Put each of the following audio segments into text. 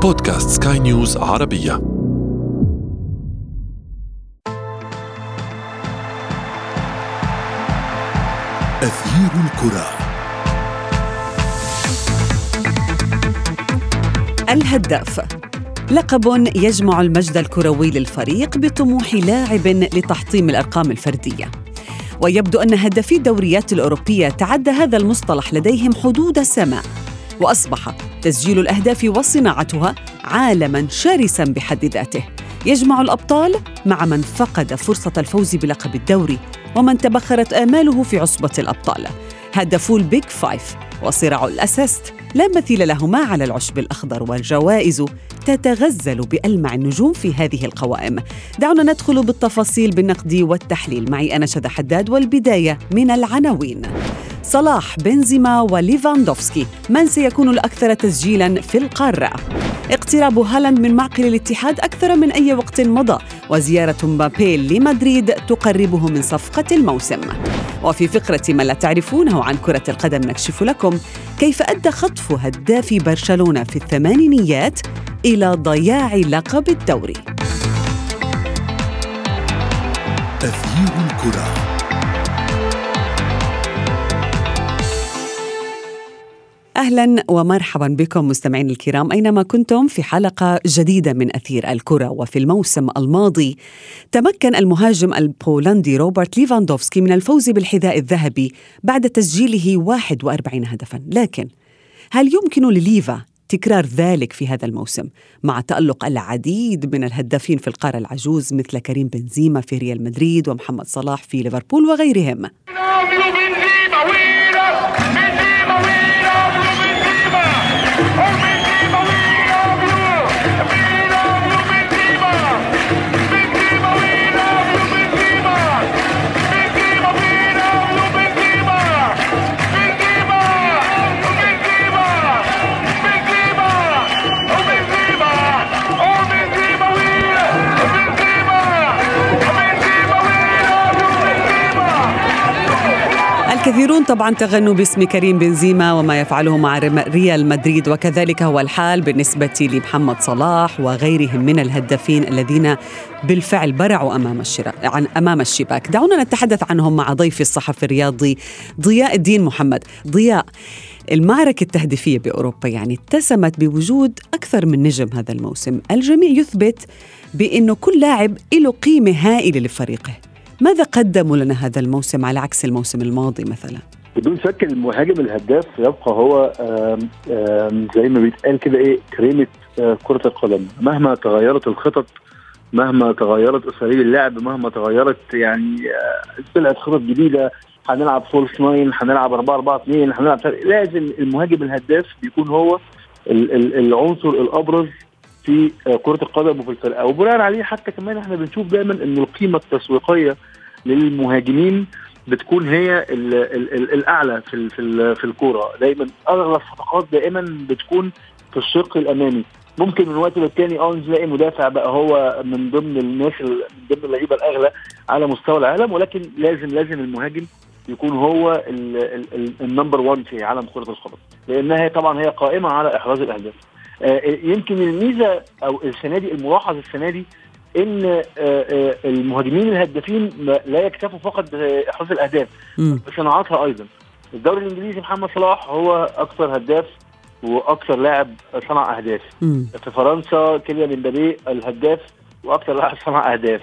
بودكاست سكاي نيوز عربية. أثير الكرة. الهداف لقب يجمع المجد الكروي للفريق بطموح لاعب لتحطيم الأرقام الفردية، ويبدو أن هدافي الدوريات الأوروبية تعدى هذا المصطلح لديهم حدود السماء، وأصبح تسجيل الأهداف وصناعتها عالماً شرساً بحد ذاته، يجمع الأبطال مع من فقد فرصة الفوز بلقب الدوري ومن تبخرت آماله في عصبة الأبطال. هدفو البيج فايف وصراع الأسيست لا مثيل لهما على العشب الأخضر، والجوائز تتغزل بألمع النجوم في هذه القوائم. دعونا ندخل بالتفاصيل بالنقد والتحليل. معي أنا شذى حداد، والبداية من العناوين. صلاح، بنزيما وليفاندوفسكي، من سيكون الأكثر تسجيلاً في القارة؟ اقتراب هالاند من معقل الاتحاد أكثر من أي وقت مضى، وزيارة مبابي لمدريد تقربه من صفقة الموسم. وفي فقرة ما لا تعرفونه عن كرة القدم نكشف لكم كيف أدى خطف هداف برشلونة في الثمانينيات إلى ضياع لقب الدوري. أثير الكرة. أهلاً ومرحباً بكم مستمعين الكرام أينما كنتم في حلقة جديدة من أثير الكرة. وفي الموسم الماضي تمكن المهاجم البولندي روبرت ليفاندوفسكي من الفوز بالحذاء الذهبي بعد تسجيله 41 هدفاً، لكن هل يمكن لليفا تكرار ذلك في هذا الموسم مع تألق العديد من الهدافين في القارة العجوز مثل كريم بنزيما في ريال مدريد ومحمد صلاح في ليفربول وغيرهم؟ الكثيرون طبعاً تغنوا باسم كريم بنزيما وما يفعله مع ريال مدريد، وكذلك هو الحال بالنسبة لمحمد صلاح وغيرهم من الهدافين الذين بالفعل برعوا أمام الشباك. دعونا نتحدث عنهم مع ضيفي الصحفي الرياضي ضياء الدين محمد. ضياء، المعركة التهديفية بأوروبا يعني اتسمت بوجود أكثر من نجم هذا الموسم، الجميع يثبت بأنه كل لاعب له قيمة هائلة لفريقه. ماذا قدموا لنا هذا الموسم على عكس الموسم الماضي مثلا؟ بدون شك المهاجم الهداف يبقى هو زي ما بيتقال كده كريمة كرة القدم. مهما تغيرت الخطط، مهما تغيرت أساليب اللعب، مهما تغيرت طلعت خطط جديدة، هنلعب فولس 9، هنلعب 4-4-2، هنلعب لازم المهاجم الهداف بيكون هو العنصر الأبرز في كرة القدم وفي الفرقة. وبناء عليه حتى كمان احنا بنشوف دائما ان القيمة التسويقية للمهاجمين بتكون هي الأعلى في الكرة. دائما أغلى الصفقات دائما بتكون في الشق الأمامي. ممكن من وقت للتاني نلاقي مدافع بقى هو من ضمن الناس، من ضمن اللعيبة الأغلى على مستوى العالم، ولكن لازم المهاجم يكون هو النمبر 1 في عالم كرة القدم، لأنها طبعا هي قائمة على إحراز الأهداف. يمكن الميزة أو الملاحظ السنة دي إن المهاجمين الهدافين لا يكتفوا فقط بإحراز الأهداف، بصناعتها أيضا. الدوري الإنجليزي محمد صلاح هو أكثر هداف وأكثر لاعب صنع أهداف. في فرنسا كيليان امبابي الهداف وأكثر لاعب صنع أهداف.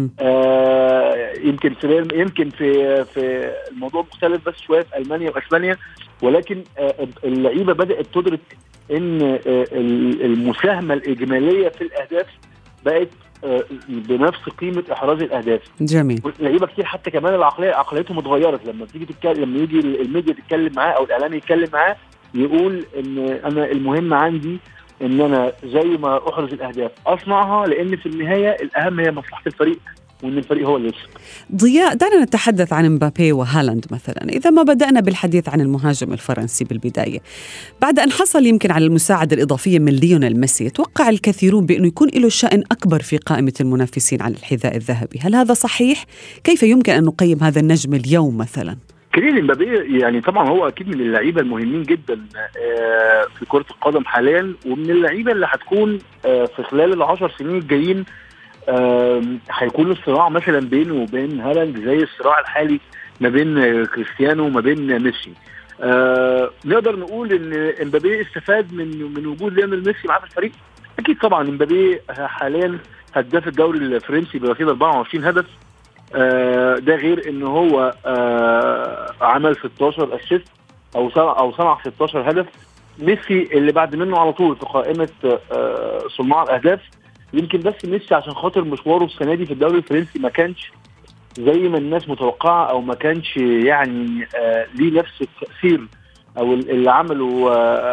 يمكن في الموضوع مختلف بس شوية في ألمانيا وأسبانيا، ولكن اللعيبة بدأت تدرك ان المساهمة الإجمالية في الأهداف بقت بنفس قيمة إحراز الأهداف. جميل. اللعيبة كتير حتى كمان عقليتهم اتغيرت لما يجي الميديا تتكلم معاه أو الإعلام يتكلم معاه، يقول ان انا المهم عندي ان انا زي ما احرز الاهداف اصنعها، لان في النهاية الاهم هي مصلحة الفريق وان الفريق هو اللي يكسب. ضياء، دعنا نتحدث عن مبابي وهالاند مثلا. إذا ما بدأنا بالحديث عن المهاجم الفرنسي بالبداية، بعد أن حصل يمكن على المساعدة الإضافية من ليونيل ميسي، توقع الكثيرون بأنه يكون له شأن أكبر في قائمة المنافسين على الحذاء الذهبي. هل هذا صحيح؟ كيف يمكن أن نقيم هذا النجم اليوم مثلا؟ كيليان امبابي يعني طبعا هو اكيد من اللعيبه المهمين جدا في كره القدم حاليا، ومن اللعيبه اللي هتكون في خلال ال10 سنين الجايين هيكون الصراع مثلا بينه وبين هالاند زي الصراع الحالي ما بين كريستيانو وما بين ميسي. نقدر نقول ان امبابي استفاد من وجود ليونيل ميسي معاه في الفريق. اكيد طبعا امبابي حاليا هداف الدوري الفرنسي برصيد 24 هدف، ده غير ان هو عمل 16 اسيست او صنع 16 هدف. ميسي اللي بعد منه على طول في قائمه صناع الاهداف. يمكن بس ميسي عشان خاطر مشواره السنه دي في الدوري الفرنسي ما كانش زي ما الناس متوقعه، او ما كانش يعني ليه نفس التاثير او اللي عمله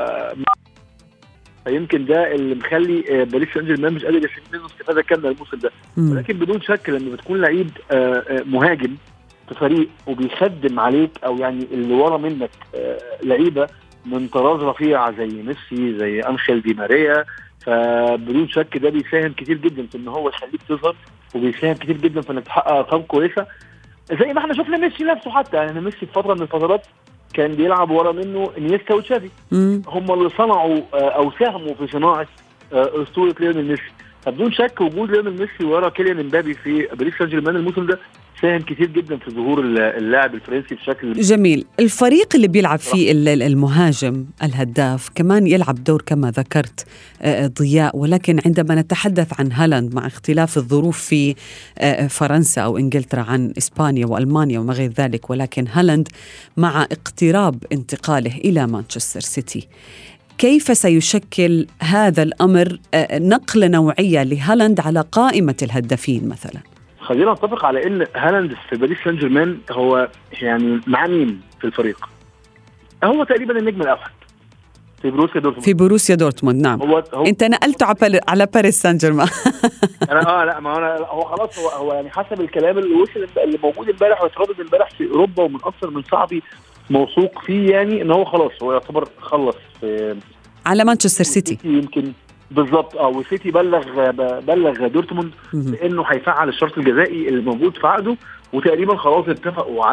فيمكن ده اللي مخلي باريس سان جيرمان مش قادر يستفيد منه استفاده كامله الموسم ده. ولكن بدون شك لما بتكون لعيب مهاجم في فريق وبيخدم عليك، او يعني اللي ورا منك لعيبه من طراز رفيع زي ميسي زي انخيل دي ماريا، فبدون شك ده بيساهم كتير جدا في ان هو يخليك تظهر، وبيساهم كتير جدا في انك تحقق ارقام كويسه زي ما احنا شفنا ميسي نفسه. حتى يعني ميسي في فتره من الفترات كان بيلعب ورا منه انيستا وتشافي، هم اللي صنعوا او ساهموا في صناعه اسطوره ليونيل ميسي. فبدون شك وجود ليونيل ميسي ورا كيليان امبابي في باريس سان جيرمان الموسم ده ساهم كتير جدا في ظهور اللاعب الفرنسي بشكل جميل. الفريق اللي بيلعب فيه المهاجم الهداف كمان يلعب دور كما ذكرت ضياء، ولكن عندما نتحدث عن هالاند مع اختلاف الظروف في فرنسا أو إنجلترا عن إسبانيا وألمانيا وما غير ذلك، ولكن هالاند مع اقتراب انتقاله إلى مانشستر سيتي، كيف سيشكل هذا الأمر نقلة نوعية لهالاند على قائمة الهدافين مثلا؟ خلينا نتفق على ان هالاند في باريس سان جيرمان هو يعني مع مين في الفريق؟ هو تقريبا النجم الاوحد في بروسيا دورتموند. نعم. هو انت نقلته على باريس سان جيرمان. انا لا، ما انا هو خلاص هو يعني حسب الكلام اللي وصل اللي موجود امبارح واتردد امبارح في اوروبا ومن اكثر من صاحبي موثوق فيه، يعني ان هو خلاص هو يعتبر خلص على مانشستر سيتي يمكن بالضبط. والسيتي بلغ دورتموند بانه هيفعل الشرط الجزائي اللي موجود في عقده، وتقريبا خلاص اتفقوا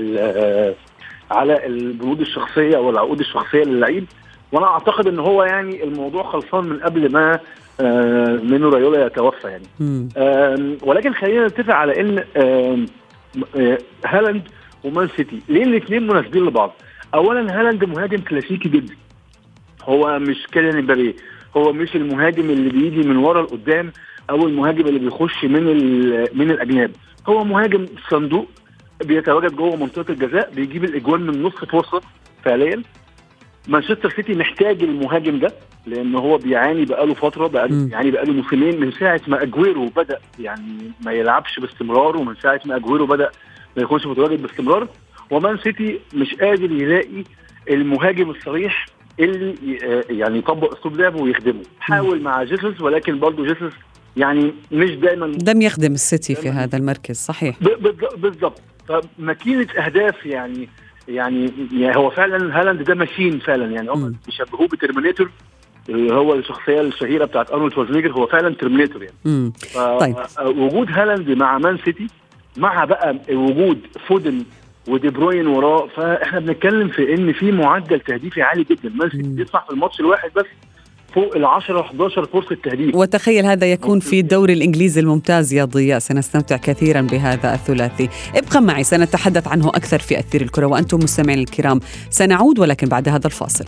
على البنود الشخصيه او العقود الشخصيه للعيب. وانا اعتقد ان هو يعني الموضوع خلصان من قبل ما مينو رايولا يتوفى يعني. ولكن خلينا نتفق على ان هالاند ومان سيتي ليه الاثنين مناسبين لبعض. اولا هالاند مهاجم كلاسيكي جدا، هو مش كيليان امبابي، هو مش المهاجم اللي بيجي من ورا لقدام او المهاجم اللي بيخش من الاجناب، هو مهاجم صندوق بيتواجد جوه منطقه الجزاء، بيجيب الاجوان من نص فرصه فعليا. مانشستر سيتي محتاج المهاجم ده لان هو بيعاني بقاله فتره، بقاله موسمين من ساعه ما اجويرو بدا يعني ما يلعبش باستمرار، ومن ساعه ما اجويرو بدا ما يكونش متواجد باستمرار. ومان سيتي مش قادر يلاقي المهاجم الصريح اللي يعني يطبق اسلوب لعبه ويخدمه. حاول مع جيسوس، ولكن برضه جيسوس يعني مش دايما لم يخدم السيتي في هذا المركز. صحيح بالضبط. فماكينه اهداف يعني هو فعلا هالاند ده ماشين فعلا، يعني هم بيشبهوه بترمينيتور، هو الشخصيه الشهيره بتاعت ارنولد شوارزنيجر، هو فعلا ترمينيتور يعني. طيب. وجود هالاند مع مان سيتي مع بقى وجود فودن ودي بروين وراه، فاحنا بنتكلم في ان في معدل تهديفي عالي جدا. مان سيتي بيصنع في الماتش الواحد بس فوق 10-11 فرصة تهديف، وتخيل هذا يكون في الدوري الإنجليزي الممتاز. يا ضياء سنستمتع كثيرا بهذا الثلاثي، ابقى معي سنتحدث عنه أكثر في أثير الكرة. وأنتم مستمعين الكرام سنعود ولكن بعد هذا الفاصل.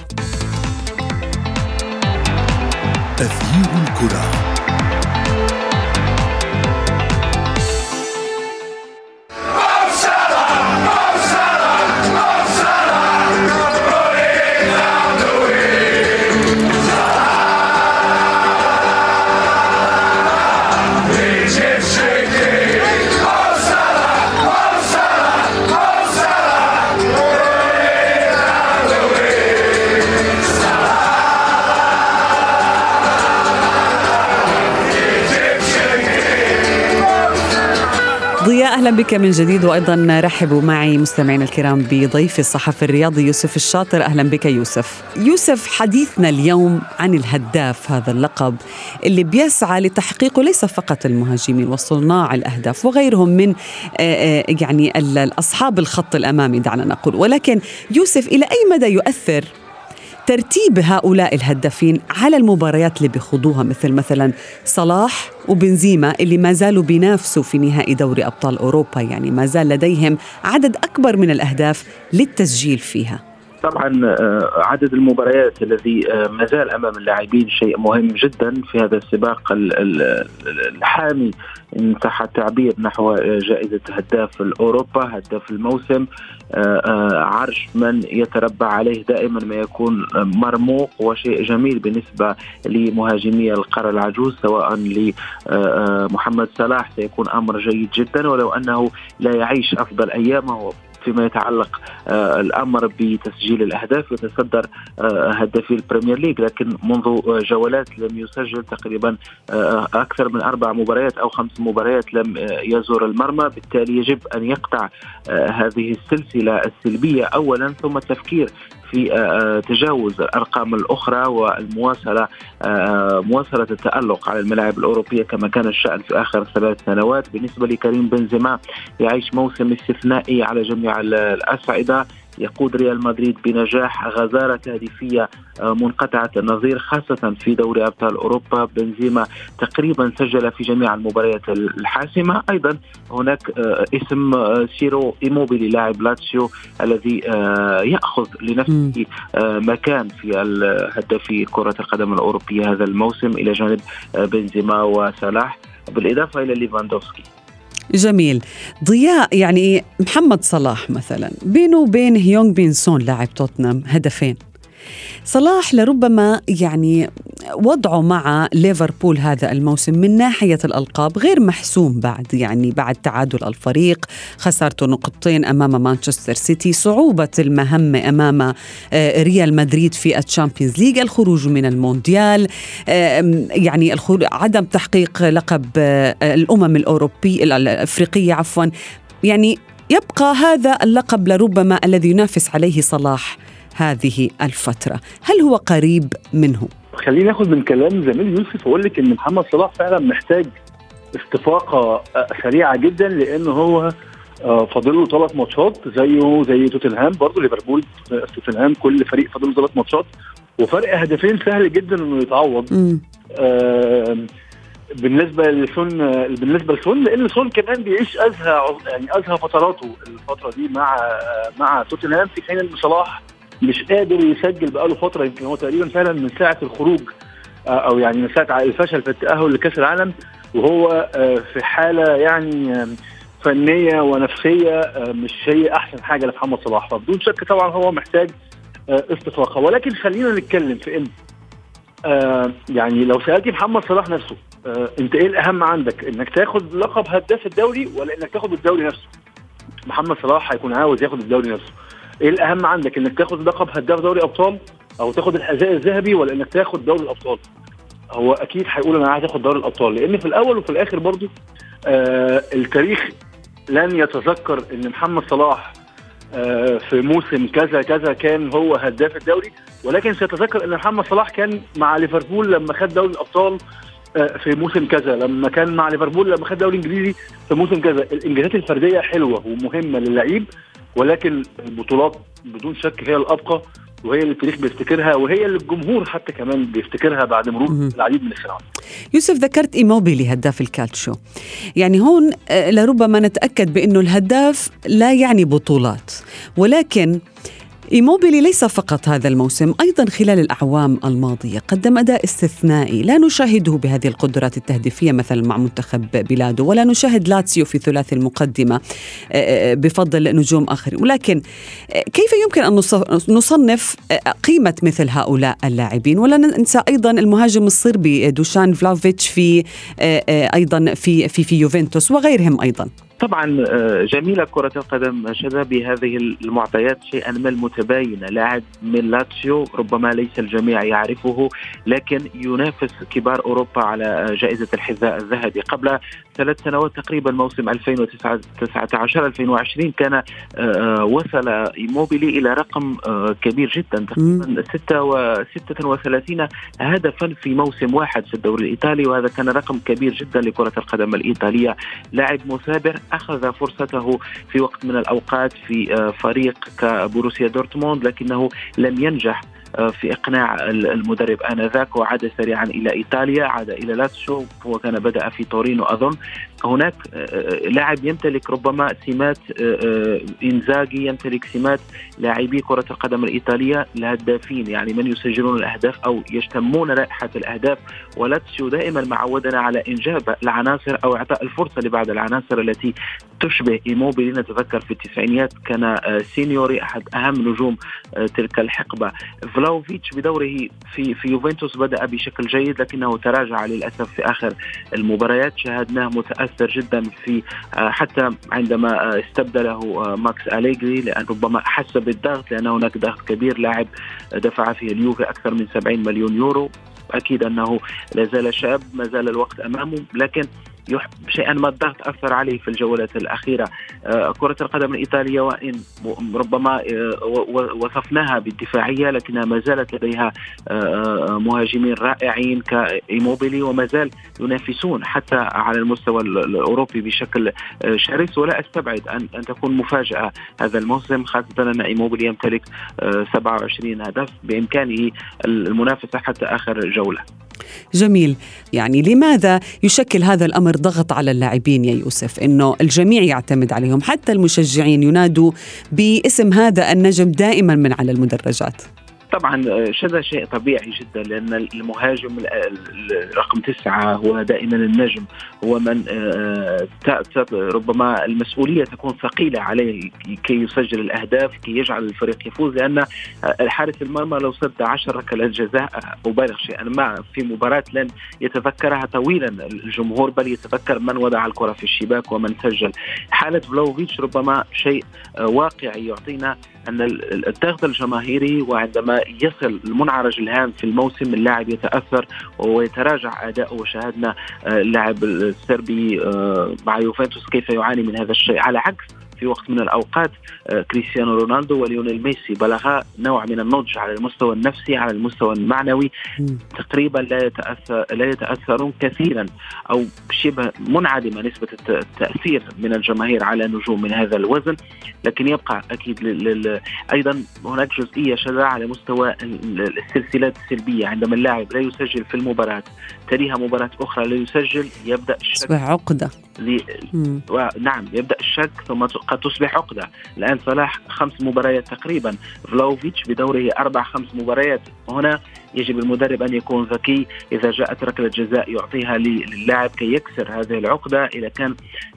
أثير الكرة. ضياء أهلا بك من جديد، وأيضا رحبوا معي مستمعين الكرام بضيف الصحفي الرياضي يوسف الشاطر. أهلا بك يوسف. حديثنا اليوم عن الهداف، هذا اللقب اللي بيسعى لتحقيقه ليس فقط المهاجمين وصناع الأهداف وغيرهم من يعني أصحاب الخط الأمامي دعنا نقول، ولكن يوسف إلى أي مدى يؤثر ترتيب هؤلاء الهدافين على المباريات اللي بيخوضوها، مثلا صلاح وبنزيما اللي ما زالوا بينافسوا في نهائي دوري أبطال أوروبا، يعني ما زال لديهم عدد أكبر من الأهداف للتسجيل فيها؟ طبعا عدد المباريات الذي ما زال أمام اللاعبين شيء مهم جدا في هذا السباق الحامي إن صح التعبير نحو جائزة هداف الأوروبا، هداف الموسم. عرش من يتربع عليه دائما ما يكون مرموق وشيء جميل بالنسبة لمهاجمي القارة العجوز، سواء لمحمد صلاح سيكون أمر جيد جدا، ولو أنه لا يعيش أفضل أيامه فيما يتعلق الأمر بتسجيل الأهداف، يتصدر هدافي البريمير ليج، لكن منذ جولات لم يسجل تقريبا أكثر من 4 مباريات أو 5 مباريات لم يزور المرمى. بالتالي يجب أن يقطع هذه السلسلة السلبية أولا، ثم التفكير في تجاوز الأرقام الأخرى والمواصلة مواصلة التألق على الملاعب الأوروبية كما كان الشأن في آخر 3 سنوات. بالنسبة لكريم بنزيما يعيش موسم استثنائي على جميع الأصعدة، يقود ريال مدريد بنجاح، غزارة هدفية منقطعة النظير خاصة في دوري أبطال أوروبا. بنزيما تقريبا سجل في جميع المباريات الحاسمة. أيضا هناك اسم سيرو إيموبيلي لاعب لاتسيو الذي يأخذ لنفسه مكان في هدافي كرة القدم الأوروبية هذا الموسم إلى جانب بنزيما وصلاح بالإضافة إلى ليفاندوفسكي. جميل. ضياء، يعني محمد صلاح مثلا بينه وبين هيونغ بين سون لاعب توتنهام هدفين. صلاح لربما يعني وضعه مع ليفربول هذا الموسم من ناحية الألقاب غير محسوم بعد، يعني بعد تعادل الفريق، خسارته 2 نقاط أمام مانشستر سيتي، صعوبة المهمة أمام ريال مدريد في الشامبيونز ليج، الخروج من المونديال، يعني عدم تحقيق لقب الأمم الأفريقية عفوا. يعني يبقى هذا اللقب لربما الذي ينافس عليه صلاح هذه الفترة، هل هو قريب منه؟ خلينا ناخد من كلام زميل يوسف وأقول لك إن محمد صلاح فعلا محتاج استفاقة سريعة جدا، لأنه هو فاضله 3 ماتشات زي توتنهام، برضه ليفربول توتنهام كل فريق فاضله 3 ماتشات، وفرق هدفين سهل جدا إنه يتعوض. بالنسبة لسون لأن سون كمان بيعيش أزهى فتراته الفترة دي مع توتنهام، في حين إن صلاح مش قادر يسجل بقاله فترة، يمكن هو تقريبا فعلا من ساعة الخروج أو يعني من ساعة الفشل في التأهل لكأس العالم وهو في حالة يعني فنية ونفسية مش هي أحسن حاجة لمحمد صلاح، فبدون شك طبعا هو محتاج استفاقة. ولكن خلينا نتكلم في إن يعني لو سألتي محمد صلاح نفسه انت ايه الاهم عندك، انك تاخد لقب هداف الدوري ولا انك تاخد الدوري نفسه؟ محمد صلاح هيكون عاوز ياخد الدوري نفسه. ايه الاهم عندك، انك تاخد لقب هداف دوري ابطال او تاخد الحذاء الذهبي ولا انك تاخد دوري الابطال؟ هو اكيد هيقول انا عايز اخد دوري الابطال، لان في الاول وفي الاخر برضو التاريخ لن يتذكر ان محمد صلاح في موسم كذا كذا كان هو هداف الدوري، ولكن سيتذكر ان محمد صلاح كان مع ليفربول لما خد دوري الابطال في موسم كذا، لما كان مع ليفربول لما خد دوري انجليزي في موسم كذا. الانجازات الفرديه حلوه ومهمه للعيب، ولكن البطولات بدون شك هي الابقى، وهي اللي التاريخ بيفتكرها، وهي اللي الجمهور حتى كمان بيفتكرها بعد مرور العديد من السنوات. يوسف، ذكرت إيموبيلي هداف الكالتشو، يعني هون لربما نتأكد بأنه الهداف لا يعني بطولات، ولكن إيموبيلي ليس فقط هذا الموسم، أيضا خلال الأعوام الماضية قدم أداء استثنائي لا نشاهده بهذه القدرات التهديفية مثلا مع منتخب بلاده، ولا نشاهد لاتسيو في ثلاثي المقدمة بفضل نجوم آخرين. ولكن كيف يمكن أن نصنف قيمة مثل هؤلاء اللاعبين؟ ولا ننسى أيضا المهاجم الصربي دوشان فلافيتش في أيضا في يوفنتوس وغيرهم أيضا. طبعا جميلة كرة القدم شذا بهذه المعطيات شيئا ما المتباينة. لاعب من لاتسيو ربما ليس الجميع يعرفه، لكن ينافس كبار أوروبا على جائزة الحذاء الذهبي. قبل 3 سنوات تقريبا، موسم 2019-2020 كان وصل إيموبيلي إلى رقم كبير جدا، تقريبا 36 هدفا في موسم واحد في الدوري الإيطالي، وهذا كان رقم كبير جدا لكرة القدم الإيطالية. لاعب مثابر أخذ فرصته في وقت من الأوقات في فريق كبروسيا دورتموند، لكنه لم ينجح في إقناع المدرب آنذاك، وعاد سريعا إلى إيطاليا، عاد إلى لاتسيو، هو كان بدأ في تورينو أظن. هناك لاعب يمتلك ربما سمات إنزاغي، يمتلك سمات لاعبي كرة القدم الإيطالية الهدافين، يعني من يسجلون الأهداف أو يشتمون رائحة الأهداف. ولاتسيو دائما معودنا على إنجاب العناصر أو إعطاء الفرصة لبعض العناصر التي تشبه إيموبيلي. نتذكر في التسعينيات كان سينيوري أحد أهم نجوم تلك الحقبة. فلاوفيتش بدوره في يوفنتوس بدأ بشكل جيد، لكنه تراجع للأسف في آخر المباريات. شاهدناه متأثر جدا في حتى عندما استبدله ماكس أليغري، لأن ربما حس بالضغط، لأن هناك ضغط كبير. لاعب دفع فيه اليوفي أكثر من 70 مليون يورو، أكيد أنه لا زال شاب، ما زال الوقت أمامه، لكن شيئا ما الضغط أثر عليه في الجولات الأخيرة. كرة القدم الإيطالية وإن ربما وصفناها بالدفاعية، لكنها ما زالت لديها مهاجمين رائعين كإيموبيلي، وما زال ينافسون حتى على المستوى الأوروبي بشكل شرس. ولا أستبعد أن تكون مفاجأة هذا الموسم، خاصة أن إيموبيلي يمتلك 27 هدف، بإمكانه المنافسة حتى آخر جولة. جميل. يعني لماذا يشكل هذا الأمر ضغط على اللاعبين يا يوسف، إنه الجميع يعتمد عليهم، حتى المشجعين ينادوا باسم هذا النجم دائما من على المدرجات؟ طبعا هذا شيء طبيعي جدا، لأن المهاجم رقم 9 هو دائما النجم، هو من ربما المسؤولية تكون ثقيلة عليه كي يسجل الأهداف، كي يجعل الفريق يفوز. لأن الحارس المرمى لو سد 10 ركلات جزاء أبالغ شيئا ما في مباراة لن يتذكرها طويلا الجمهور، بل يتذكر من وضع الكرة في الشباك ومن سجل. حالة فلاوفيتش ربما شيء واقعي يعطينا أن الضغط الجماهيري، وعندما يصل المنعرج الهام في الموسم اللاعب يتأثر ويتراجع أداؤه. وشاهدنا اللاعب السربي مع يوفنتوس كيف يعاني من هذا الشيء، على عكس في وقت من الأوقات كريستيانو رونالدو وليونيل ميسي بلغا نوع من النضج على المستوى النفسي، على المستوى المعنوي، تقريبا لا يتأثرون كثيرا أو شبه منعدمة نسبة التأثير من الجماهير على نجوم من هذا الوزن. لكن يبقى أكيد أيضا هناك جزئية شذا على مستوى السلسلات السلبية، عندما اللاعب لا يسجل في المباراة تليها مباراة أخرى لا يسجل، يبدأ الشك، تصبح عقدة. نعم، يبدأ الشك ثم قد تصبح عقدة. الآن صلاح 5 مباريات تقريبا، فلاوفيتش بدوره 4-5 مباريات. هنا يجب المدرب أن يكون ذكي، إذا جاءت ركلة جزاء يعطيها للاعب كي يكسر هذه العقدة، إذا كان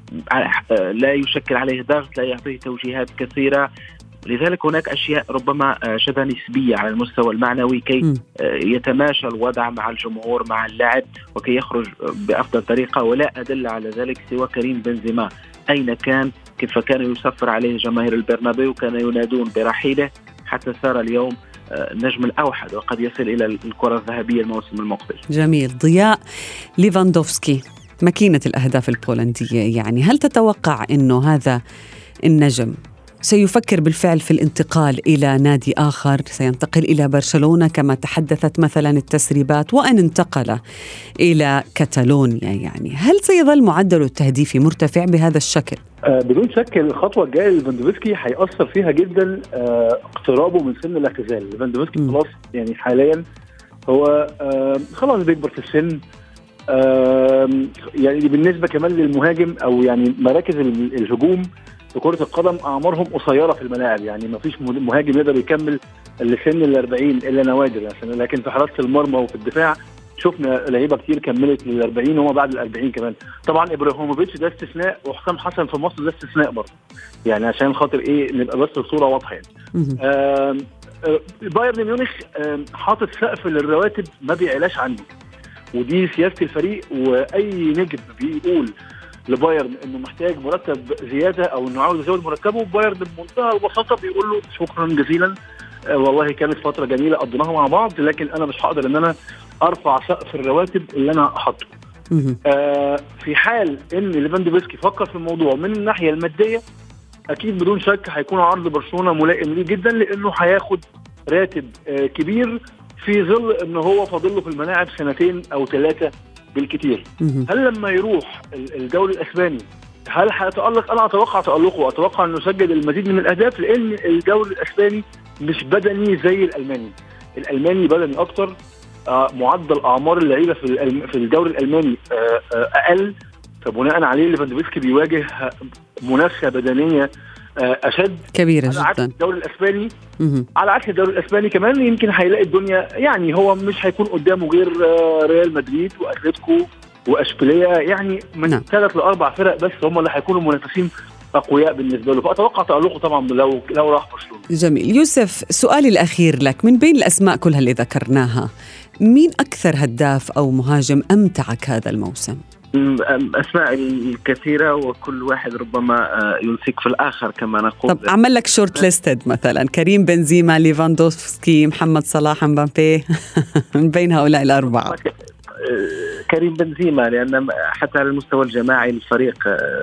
لا يشكل عليه ضغط لا يعطيه توجيهات كثيرة. لذلك هناك أشياء ربما شبه نسبية على المستوى المعنوي كي يتماشى الوضع مع الجمهور مع اللاعب وكي يخرج بأفضل طريقة. ولا أدل على ذلك سوى كريم بنزيما، أين كان؟ كيف كان يصفر عليه جماهير البرنابيو، كان ينادون برحيله، حتى صار اليوم النجم الأوحد وقد يصل إلى الكرة الذهبية الموسم المقبل. جميل. ضياء ليفاندوفسكي ماكينة الأهداف البولندية، يعني هل تتوقع أنه هذا النجم سيفكر بالفعل في الانتقال إلى نادي آخر، سينتقل إلى برشلونة كما تحدثت مثلا التسريبات، وأن انتقل إلى كاتالونيا؟ يعني هل سيظل معدل التهديفي مرتفع بهذا الشكل؟ بدون شك الخطوة الجاية ليفاندوفسكي هيأثر فيها جدا اقترابه من سن الاعتزال. ليفاندوفسكي خلاص يعني حاليا هو خلاص بيكبر في السن، يعني بالنسبة كمان للمهاجم أو يعني مراكز الهجوم في كرة القدم أعمارهم قصيرة في الملاعب، يعني ما فيش مهاجم يقدر يكمل لسن 40 إلا نوادر، لكن في حراسة المرمى وفي الدفاع شفنا لعيبة كتير كملت لل40 وما بعد ال40 كمان. طبعا إبراهيموفيتش ده استثناء، وحسام حسن في مصر ده استثناء برضه، يعني عشان خاطر إيه نبقى بس الصورة واضحة يعني. بايرن ميونخ حاطط سقف للرواتب ما بيعلاش عنه، ودي سياسة الفريق. وأي نجم بيقول لبايرن انه محتاج مرتب زياده او انه عاوز يزود مرتبه، بايرن بمنتهى البساطه بيقول له شكرا جزيلا، والله كانت فتره جميله قضيناها مع بعض، لكن انا مش هقدر ان انا ارفع سقف الرواتب اللي انا حاطه. في حال ان ليفاندوفسكي فكر في الموضوع من الناحيه الماديه، اكيد بدون شك هيكون عرض برشلونه ملائم ليه جدا، لانه هياخد راتب كبير في ظل ان هو فاضل له في الملاعب 2 أو 3 بالكتير. هل لما يروح الدوري الاسباني هل هيتألق؟ انا اتوقع تألقه، واتوقع انه يسجل المزيد من الاهداف، لان الدوري الاسباني مش بدني زي الالماني بدني اكتر. معدل اعمار اللعيبه في الدوري الالماني اقل، فبناء عليه ليفاندوفسكي بيواجه منافسه بدنيه اشد كبيره جدا. على عكس الدوري الاسباني كمان يمكن هيلاقي الدنيا، يعني هو مش هيكون قدامه غير ريال مدريد واتلتيكو واشبيليه، يعني من 3 ل 4 فرق بس هم اللي هيكونوا منافسين اقوياء بالنسبه له، فاتوقع تألقه طبعا لو راح برشلونه. جميل. يوسف، سؤالي الاخير لك، من بين الاسماء كلها اللي ذكرناها، مين اكثر هداف او مهاجم امتعك هذا الموسم؟ أسماء الكثيرة وكل واحد ربما ينسك في الآخر كما نقول. طب أعمل لك شورت ليستد، مثلا كريم بنزيما، ليفاندوفسكي، محمد صلاح، مبابي من بين هؤلاء الأربعة. كريم بنزيما، لأن حتى على المستوى الجماعي الفريق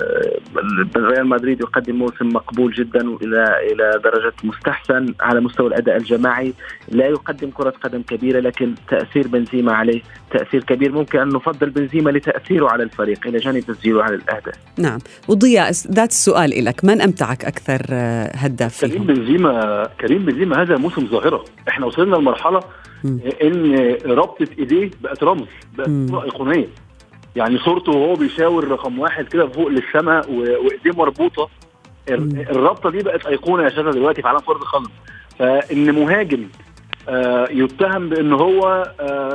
ريال مدريد يقدم موسم مقبول جدا إلى درجة مستحسن. على مستوى الأداء الجماعي لا يقدم كرة قدم كبيرة، لكن تأثير بنزيما عليه تأثير كبير. ممكن أن نفضل بنزيما لتأثيره على الفريق إلى جانب تسجيله على الأهداف. نعم. وضياء، ذات السؤال لك، من أمتعك أكثر هداف فيهم؟ كريم بنزيما هذا موسم ظاهرة. احنا وصلنا لمرحلة ان ربطة ايديه بقت رمز، بقت صورة ايقونية. يعني صورته وهو بيشاور رقم 1 كده فوق للسماء وايديه مربوطة، الربطة دي بقت ايقونة يا شباب دلوقتي في عالم كرة القدم. فان مهاجم يتهم بان هو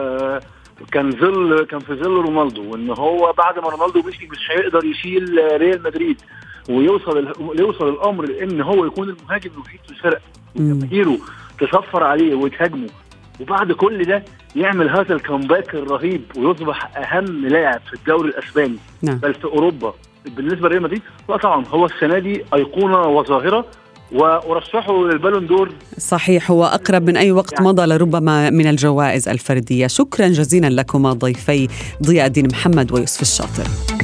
كان في ظل رونالدو، وان هو بعد ما رونالدو مش هيقدر يشيل ريال مدريد، ويوصل الامر ان هو يكون المهاجم الوحيد في الفرق وجماهيره تصفر عليه وتهاجمه، وبعد كل ده يعمل هذا الكامباك الرهيب ويصبح اهم لاعب في الدوري الاسباني بل في اوروبا بالنسبه لريال مدريد. لا طبعا هو السنه دي ايقونه وظاهره، ورشحه للبالون دور. صحيح، هو أقرب من أي وقت مضى لربما من الجوائز الفردية. شكرا جزيلا لكما ضيفي ضياء الدين محمد ويوسف الشاطر.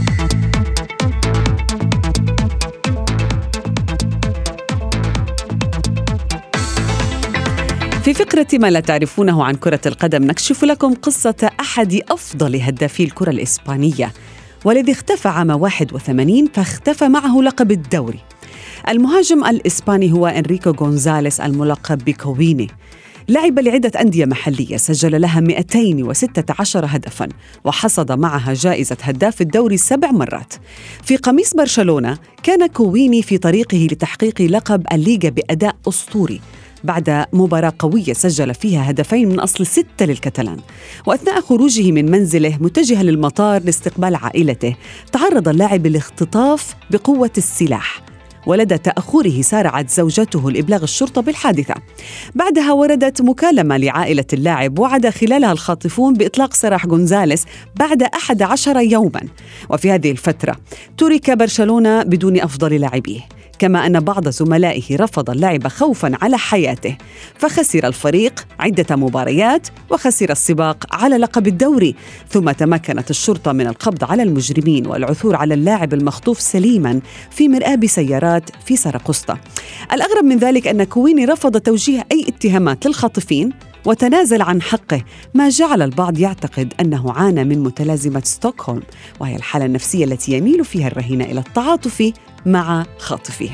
في فقرة ما لا تعرفونه عن كرة القدم نكشف لكم قصة أحد أفضل هدافي الكرة الإسبانية، والذي اختفى عام 81 فاختفى معه لقب الدوري. المهاجم الإسباني هو إنريكو غونزاليس الملقب بكويني. لعب لعدة أندية محلية، سجل لها 216 هدفاً، وحصد معها جائزة هداف الدوري 7 مرات. في قميص برشلونة كان كويني في طريقه لتحقيق لقب الليغا بأداء أسطوري بعد مباراة قوية سجل فيها هدفين من أصل 6 للكتالان. وأثناء خروجه من منزله متجها للمطار لاستقبال عائلته، تعرض اللاعب لاختطاف بقوة السلاح، ولدى تأخره سارعت زوجته لإبلاغ الشرطة بالحادثة. بعدها وردت مكالمة لعائلة اللاعب وعد خلالها الخاطفون بإطلاق سراح غونزاليس بعد 11 يوماً. وفي هذه الفترة ترك برشلونة بدون أفضل لاعبيه، كما أن بعض زملائه رفض اللعب خوفاً على حياته، فخسر الفريق عدة مباريات وخسر السباق على لقب الدوري. ثم تمكنت الشرطة من القبض على المجرمين والعثور على اللاعب المخطوف سليماً في مرآب سيارات في سراقسطة. الأغرب من ذلك أن كويني رفض توجيه أي اتهامات للخاطفين وتنازل عن حقه، ما جعل البعض يعتقد أنه عانى من متلازمة ستوكهولم، وهي الحالة النفسية التي يميل فيها الرهين إلى التعاطف مع خاطفيه.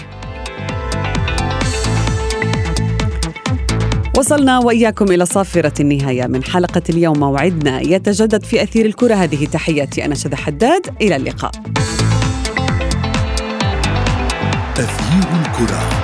وصلنا وإياكم إلى صافرة النهاية من حلقة اليوم. موعدنا يتجدد في أثير الكرة. هذه تحياتي أنا شذى حداد، إلى اللقاء. أثير الكرة.